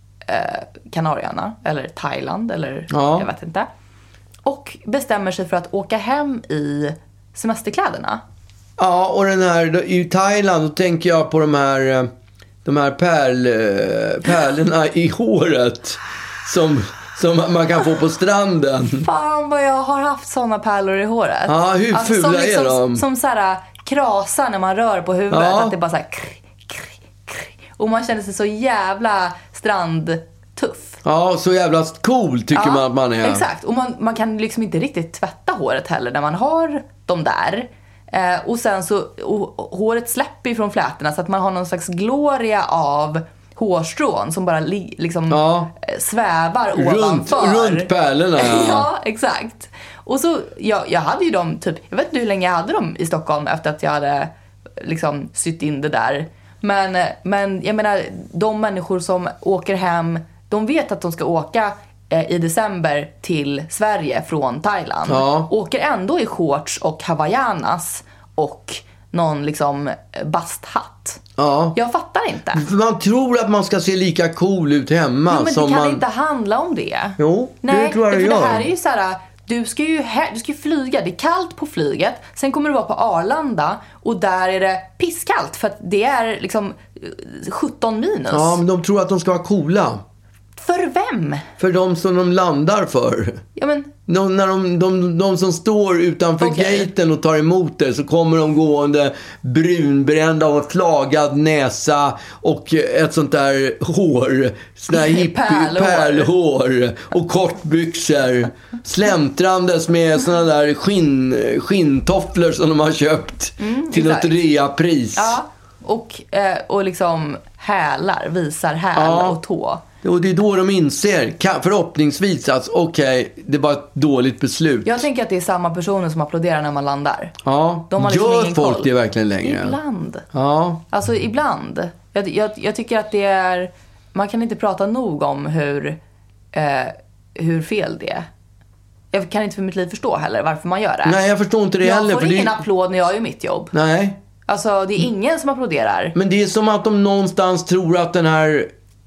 eh, Kanarieöarna eller Thailand eller ja. jag vet inte. Och bestämmer sig för att åka hem i semesterkläderna. Ja, och den här i Thailand, då tänker jag på de här de här pärl, pärlorna i håret som, som man kan få på stranden. Fan vad jag har haft såna pärlor i håret. Ja, hur alltså, fula som liksom, är de? Som så här krasar när man rör på huvudet. Ja. Att det bara så här kri, kri, kri. Och man känner sig så jävla strandtuff. Ja, så jävla cool tycker ja, man att man är. Exakt, och man, man kan liksom inte riktigt tvätta håret heller när man har dem där. Eh, och sen så, och, håret släpper ju från flätorna så att man har någon slags gloria av hårstrån som bara li, liksom ja. svävar runt, ovanför. Runt pärlorna. Ja. Ja, exakt. Och så, jag, jag hade ju dem typ, jag vet inte hur länge jag hade dem i Stockholm efter att jag hade liksom sytt in det där. Men, men jag menar, de människor som åker hem, de vet att de ska åka eh, i december till Sverige från Thailand. Ja. Åker ändå i shorts och hawaiianas och någon liksom basthatt. Ja. Jag fattar inte. För man tror att man ska se lika cool ut hemma. Jo, men som det kan man... inte handla om det. Jo, nej, det tror jag det för gör. det här är ju så här, du ska ju he- du ska ju flyga, det är kallt på flyget. Sen kommer du vara på Arlanda och där är det pisskallt för att det är liksom sjutton minus. Ja, men de tror att de ska vara coola. För vem? För de som de landar för. Ja, men... De, när de, de, de som står utanför okay. gaten och tar emot det, så kommer de gående brunbrända och flagad näsa och ett sånt där hår, sån där hippie, pärlhår. pärlhår och kortbyxor, släntrandes med såna där skinn, skinntofflor som de har köpt mm, till något reapris. Ja, och, eh, och liksom hälar, visar häl ja. och tå. Och det är då de inser, förhoppningsvis, att okej, okay, det var ett dåligt beslut. Jag tänker att det är samma personer som applåderar när man landar. Ja, de har liksom gör ingen folk koll. Det verkligen längre? Ibland. Ja. Alltså ibland. Jag, jag, jag tycker att det är, man kan inte prata nog om hur, eh, hur fel det är. Jag kan inte för mitt liv förstå heller varför man gör det. Nej, jag förstår inte det jag heller. Jag får för ingen det... applåd när jag gör mitt jobb. Nej. Alltså det är ingen som applåderar. Men det är som att de någonstans tror att den här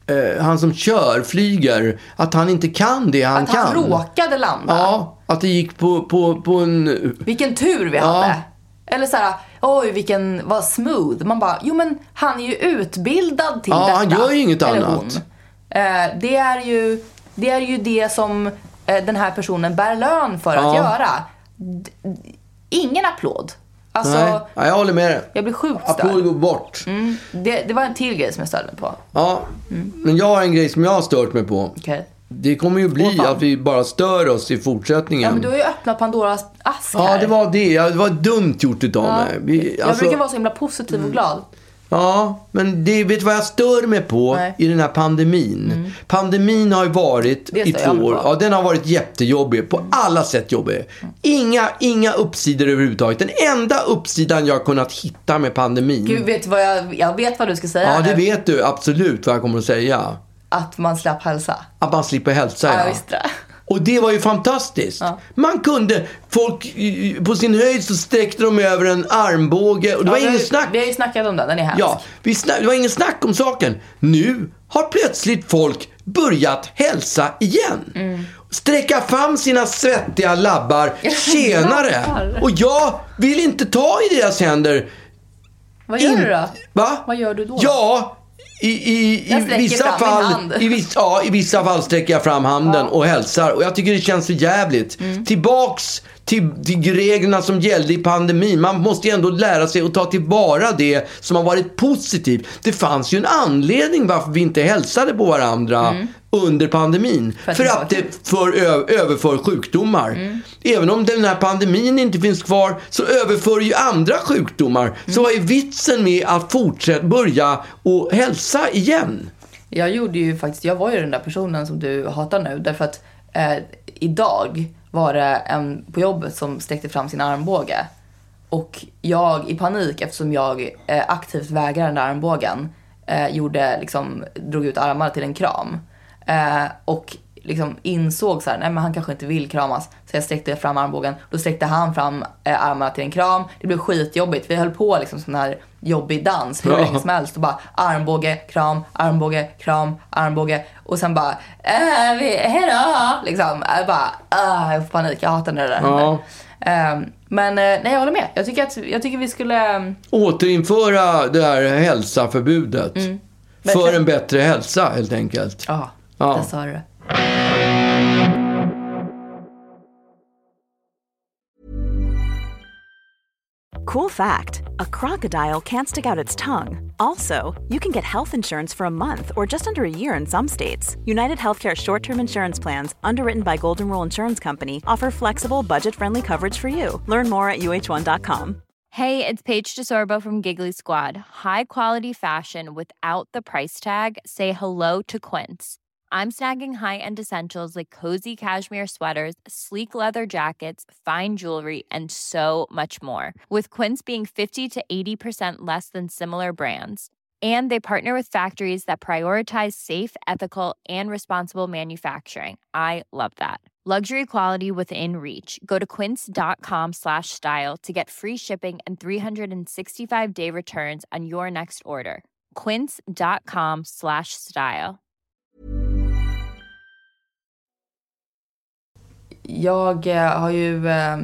eh, han som kör, flyger, att han inte kan det han att kan. Att han råkade landa. Ja, att det gick på, på, på en... Vilken tur vi ja. hade. Eller så här, oj vilken, vad smooth. Man bara, jo men han är ju utbildad till ja, detta. han gör ju inget Eller annat. hon. Eh, det, är ju, det är ju det som eh, den här personen bär lön för ja. att göra. D- ingen applåd. Alltså, Nej, ja, jag håller med dig. Jag blir sjukt störd. Applåd går bort. Mm, det, det var en till grej som jag störde mig på. Ja, mm. men jag har en grej som jag har stört mig på. Okay. Det kommer ju bli att vi bara stör oss i fortsättningen. Ja, men du har ju öppnat Pandoras ask här. Ja, det var det. Det var dumt gjort utav ja. mig. Vi, jag alltså, brukar vara så himla positiv och glad. Ja, men det, vet du vad jag stör mig på Nej. i den här pandemin? Mm. Pandemin har ju varit i två år. Ja, den har varit jättejobbig. På alla sätt jobbig. Mm. Inga, inga uppsidor överhuvudtaget. Den enda uppsidan jag har kunnat hitta med pandemin. Gud, vet vad jag, jag vet vad du ska säga. Ja, det vet du. Absolut vad jag kommer att säga. Att man slapp hälsa. Att man slipper hälsa, ja. ja. Jag visste det. Och det var ju fantastiskt. Ja. Man kunde, folk på sin höjd så sträckte de över en armbåge. Och det ja, var ingen vi, snack. Vi har ju snackat om det, den är hemsk. Ja, vi snack, det var ingen snack om saken. Nu har plötsligt folk börjat hälsa igen. Mm. Sträcka fram sina svettiga labbar tjenare. Och jag vill inte ta i deras händer. Vad gör In, du då? Va? Vad gör du då? Ja, i, i, i, vissa fall, i, viss, ja, i vissa fall sträcker jag fram handen ja. och hälsar. Och jag tycker det känns så jävligt. Mm. Tillbaks till, till reglerna som gällde i pandemin. Man måste ju ändå lära sig att ta tillvara det som har varit positivt. Det fanns ju en anledning varför vi inte hälsade på varandra mm. under pandemin. För att, för att det för, ö, överför sjukdomar. Mm. Även om den här pandemin inte finns kvar så överför ju andra sjukdomar. Mm. Så vad är vitsen med att fortsätta börja och hälsa igen? Jag gjorde ju faktiskt, jag var ju den där personen som du hatar nu. Därför att eh, idag var det en på jobbet som sträckte fram sin armbåge. Och jag i panik, eftersom jag eh, aktivt vägrade den där armbågen, eh, gjorde, liksom, drog ut armarna till en kram. Eh, och liksom insåg så här, nej men han kanske inte vill kramas. Så jag sträckte fram armbågen. Då sträckte han fram eh, armarna till en kram. Det blev skitjobbigt. Vi höll på liksom sån här jobbig dans hur ja. länge som helst. Och bara armbåge, kram, armbåge, kram, armbåge. Och sen bara, äh, vi, hejdå! Liksom, jag bara, äh, jag får panik. Jag hatar det där. Ja. Um, men nej, jag håller med. Jag tycker, att, jag tycker vi skulle... återinföra det här hälsaförbudet. Mm. För en bättre hälsa, helt enkelt. Ja, ja. det sa du. Cool fact, a crocodile can't stick out its tongue. Also, you can get health insurance for a month or just under a year in some states. United Healthcare short-term insurance plans, underwritten by Golden Rule Insurance Company, offer flexible, budget-friendly coverage for you. Learn more at U H one dot com. Hey, it's Paige DeSorbo from Giggly Squad. High quality fashion without the price tag. Say hello to Quince. I'm snagging high-end essentials like cozy cashmere sweaters, sleek leather jackets, fine jewelry, and so much more. With Quince being fifty to eighty percent less than similar brands. And they partner with factories that prioritize safe, ethical, and responsible manufacturing. I love that. Luxury quality within reach. Go to quince.com slash style to get free shipping and three sixty-five day returns on your next order. Quince.com slash style. Jag eh, har ju eh,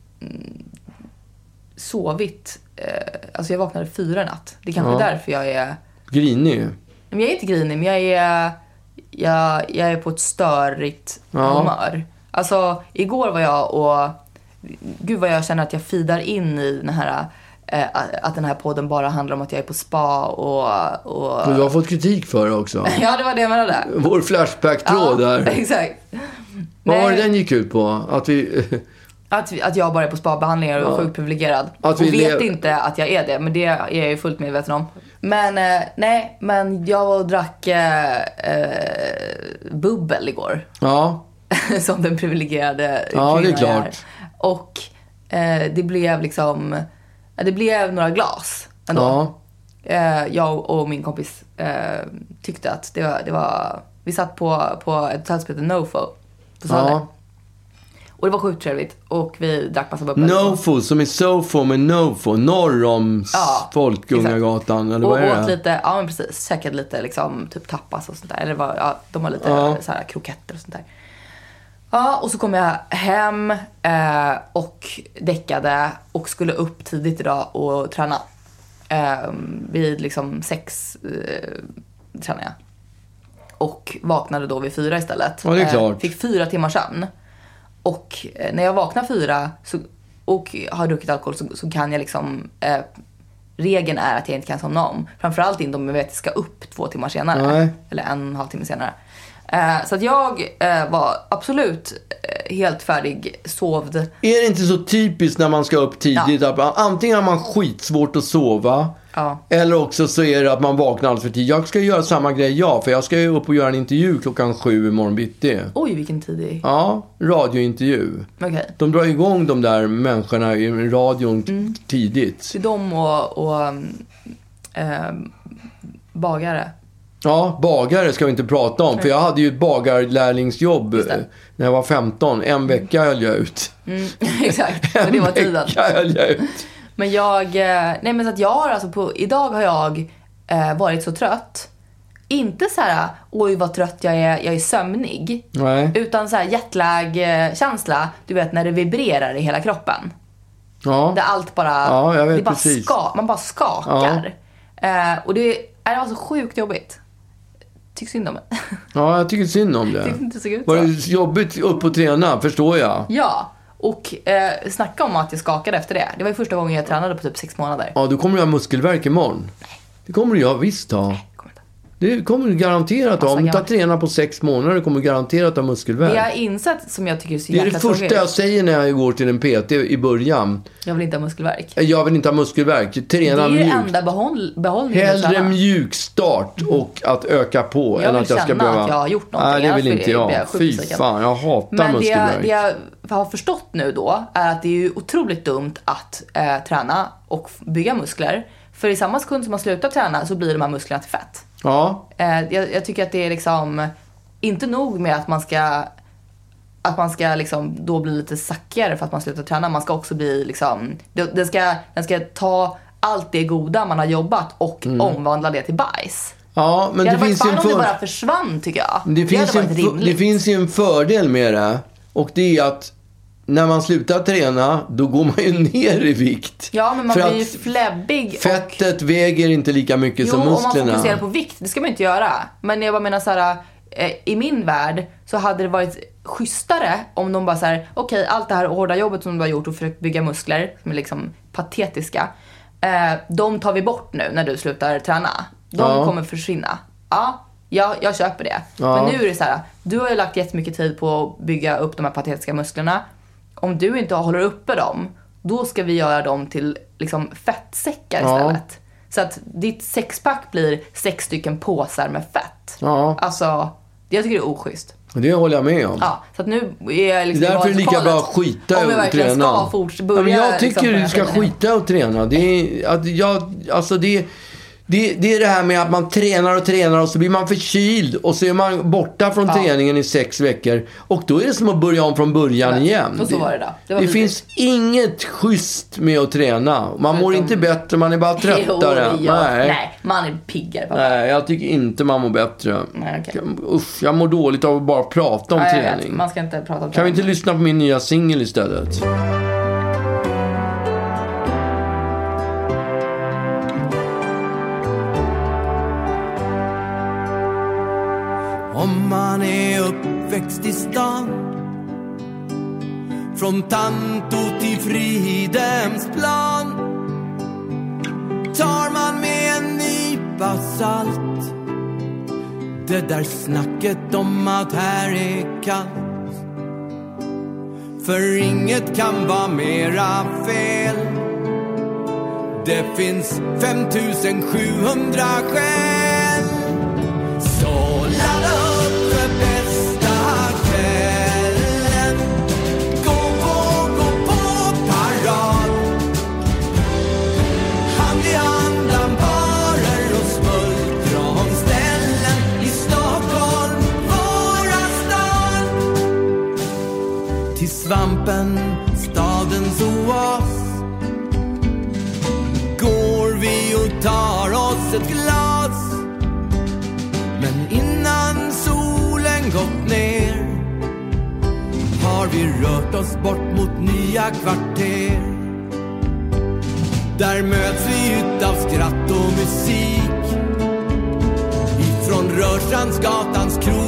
sovit, eh, alltså jag vaknade fyra natt. Det är kanske ja. därför jag är... Grinig. Men jag är inte grinig, men jag är, jag, jag är på ett störigt ja. humör. Alltså, igår var jag och... Gud vad jag känner att jag fidar in i den här... Eh, att den här podden bara handlar om att jag är på spa och... och... Men du har fått kritik för det också. Ja, det var det jag menade. Vår flashback-tråd ja, där. Exakt. Vad Nej. var det den gick ut på? Att vi... Att, vi, att jag bara är på spa-behandlingar och ja. sjukt privilegierad. Att och vi vet lev... inte att jag är det, men det är jag ju fullt medveten om. Men eh, nej, men jag var och drack eh, eh, bubbel igår. Ja. Som den privilegierade ja, det är klart. Är. Och eh, det blev liksom... Det blev några glas ändå. Ja. Eh, jag och min kompis eh, tyckte att det var... Det var vi satt på, på ett hotell som heter Nofo på Söder. Ja. Och det var sjukt trevligt. Och vi drack massa bubbel. Nofo, som är Sofo med Nofo. Norr om ja, Folkungagatan. Eller och vad är det? åt lite, ja men precis. Käkade lite liksom, typ tapas och sånt där. Eller var, ja, de har lite ja. så här kroketter och sånt där. Ja, och så kom jag hem eh, och däckade. Och skulle upp tidigt idag och träna. Eh, vid liksom sex eh, tränade jag. Och vaknade då vid fyra istället. Ja, det är klart. Eh, fick fyra timmar sömn. Och eh, när jag vaknar fyra så, och har druckit alkohol så, så kan jag liksom... Eh, regeln är att jag inte kan somna om. Framförallt inte om jag vet att jag ska upp två timmar senare. Nej. Eller en och en halv timme senare. Eh, så att jag eh, var absolut eh, helt färdig, sovd. Är det inte så typiskt när man ska upp tidigt? Ja. Att antingen har man skitsvårt att sova. Ja. Eller också så är det att man vaknar alldeles för tidigt. Jag ska göra samma grej, ja. För jag ska ju upp och göra en intervju klockan sju i morgon bitti. Oj, vilken tidig. Ja, radiointervju. Okay. De drar igång de där människorna i radion mm. tidigt. Det är de och, och äh, bagare. Ja, bagare ska vi inte prata om. Mm. För jag hade ju ett bagarlärlingsjobb när jag var femton. En vecka höll jag ut. Mm, exakt, en det var tiden. vecka höll jag ut. Men jag, nej men så att jag har alltså på, idag har jag eh, varit så trött. Inte så här, oj vad trött jag är, jag är sömnig. Nej. Utan så här jetlag-känsla, du vet när det vibrerar i hela kroppen. Ja. Där allt bara, ja, jag vet det bara precis. ska, man bara skakar. Ja. Eh, och det är alltså sjukt jobbigt. Tycker synd om det. Ja, jag tycker synd om det. Tycker inte så ut. Var det jobbigt upp och träna, förstår jag. Ja. Och eh, snacka om att jag skakade efter det. Det var ju första gången jag tränade på typ sex månader. Ja, du kommer du ha muskelvärk imorgon. Nej. Det kommer du ju ha, visst ha. Nej, det kommer inte. Det kommer du garanterat ha. Om du inte har tränat på sex månader kommer du garanterat ha muskelvärk. Det jag har insett som jag tycker är så jäkla Det är det första jag säger när jag går till en P T i början. Jag vill inte ha muskelvärk. Jag vill inte ha muskelvärk. Träna mjuk. Det är ju mjuk. enda behåll, behållningen. Hellre mjuk start och att öka på jag än att jag ska behöva... Jag vill känna att jag har gjort någonting. Nej, det vill inte jag. jag Fy fan, jag hatar Men muskelvärk. Men det, det jag har förstått nu då är att det är ju otroligt dumt att eh, träna och bygga muskler. För i samma sekund som man slutar träna så blir de här musklerna till fett. Ja. Eh, jag, jag tycker att det är liksom inte nog med att man ska att man ska liksom då bli lite sackigare för att man slutar träna. Man ska också bli liksom den ska, den ska ta allt det goda man har jobbat och mm. omvandla det till bajs. Ja, men det, det finns ju en för... för... om det bara försvann tycker jag. Det, det, finns en för... det finns ju en fördel med det. Och det är att när man slutar träna, då går man ju ner i vikt. Ja, men man för blir ju fläbbig. Fettet och... väger inte lika mycket jo, som musklerna. Jo, om man fokuserar på vikt, det ska man inte göra. Men jag bara menar så här, eh, i min värld så hade det varit schysstare om de bara så här, okej, okay, allt det här hårda jobbet som du har gjort och försökt bygga muskler, som är liksom patetiska, eh, de tar vi bort nu när du slutar träna. De ja. kommer försvinna. Ja, jag, jag köper det. Ja. Men nu är det så här, du har ju lagt jättemycket tid på att bygga upp de här patetiska musklerna. Om du inte håller uppe dem, då ska vi göra dem till liksom fettsäckar ja. istället. Så att ditt sexpack blir sex stycken påsar med fett. Ja. Alltså, jag tycker det är oschysst. Det håller jag med om. Ja, så att nu är jag liksom... Det är därför är det lika bra att skita och träna. Om jag verkligen ska fortsätta börja... Ja, men jag tycker liksom, du ska skita och träna. Det är, att jag, alltså det, det, det är det här med att man tränar och tränar och så blir man förkyld och så är man borta från ja. träningen i sex veckor. Och då är det som att börja om från början ja. igen. Och så var det då. Det, var det finns inget schysst med att träna. Man mår inte bättre, man är bara tröttare. Jo, ja. Nej. Nej, man är piggare. Pappa. Nej, jag tycker inte man mår bättre. Nej, okay. Usch, jag mår dåligt av att bara prata om Nej, träning. Man ska inte prata om Kan vi inte lyssna på min nya singel istället? Om man är uppväxt i stan, från Tanto till Fridhemsplan, tar man med en nypa salt det där snacket om att här är kallt. För inget kan vara mera fel. Det finns femtusen sjuhundra skäl. Så ladda upp för bästa kvällen. Gå på, gå på parad. Hand i hand bland barer och smultronställen i Stockholm, våra stad. Till svamp oss ett glas. Men innan solen gått ner har vi rört oss bort mot nya kvarter. Där möts vi utav skratt och musik ifrån Rörstrandsgatans krog.